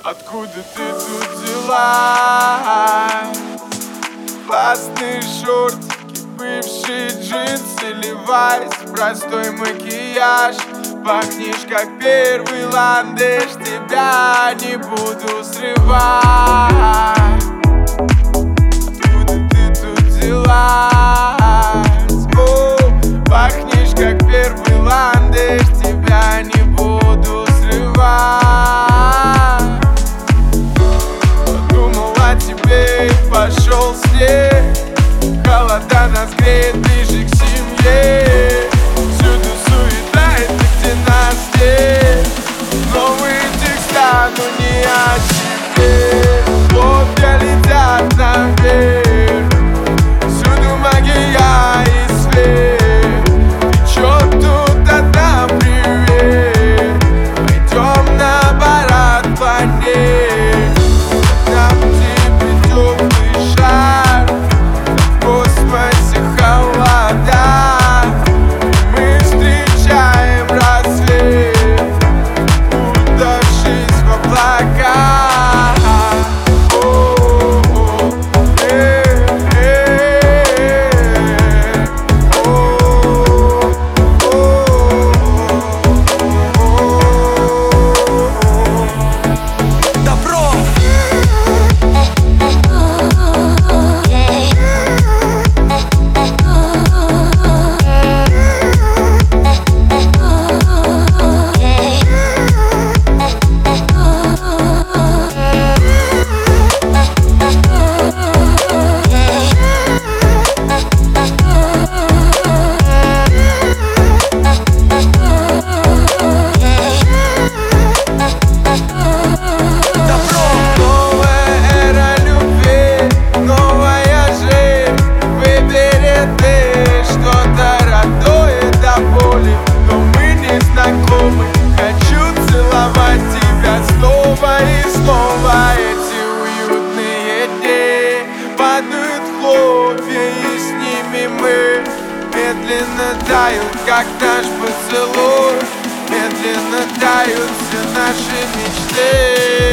Откуда ты тут взялась? Классные шортики, бывшие джинсы, левайс, простой макияж. Пахнешь как первый ландыш, тебя не буду срывать. Откуда ты тут взялась? О, пахнешь как первый ландыш, тебя не буду срывать. Подумал о тебе и пошел снег. Холода нас греет ближе к семье. Всюду суета, это где нас нет. Новые текста, но не о себе. Хлопья летят наверх. Всюду магия и свет. Ты чё тут одна, привет? Пойдем на парад планет. Нам тебе теплый шар. В космосе холода. Мы встречаем рассвет, удавшись в облаках. Добро! Новая эра любви, новая жизнь. Выбери ты что-то родное до боли, но мы не знакомы. Хочу целовать тебя снова и снова. Эти уютные дни падают хлопья, и с ними мы медленно тают, как наш поцелуй. Медленно тают все наши мечты.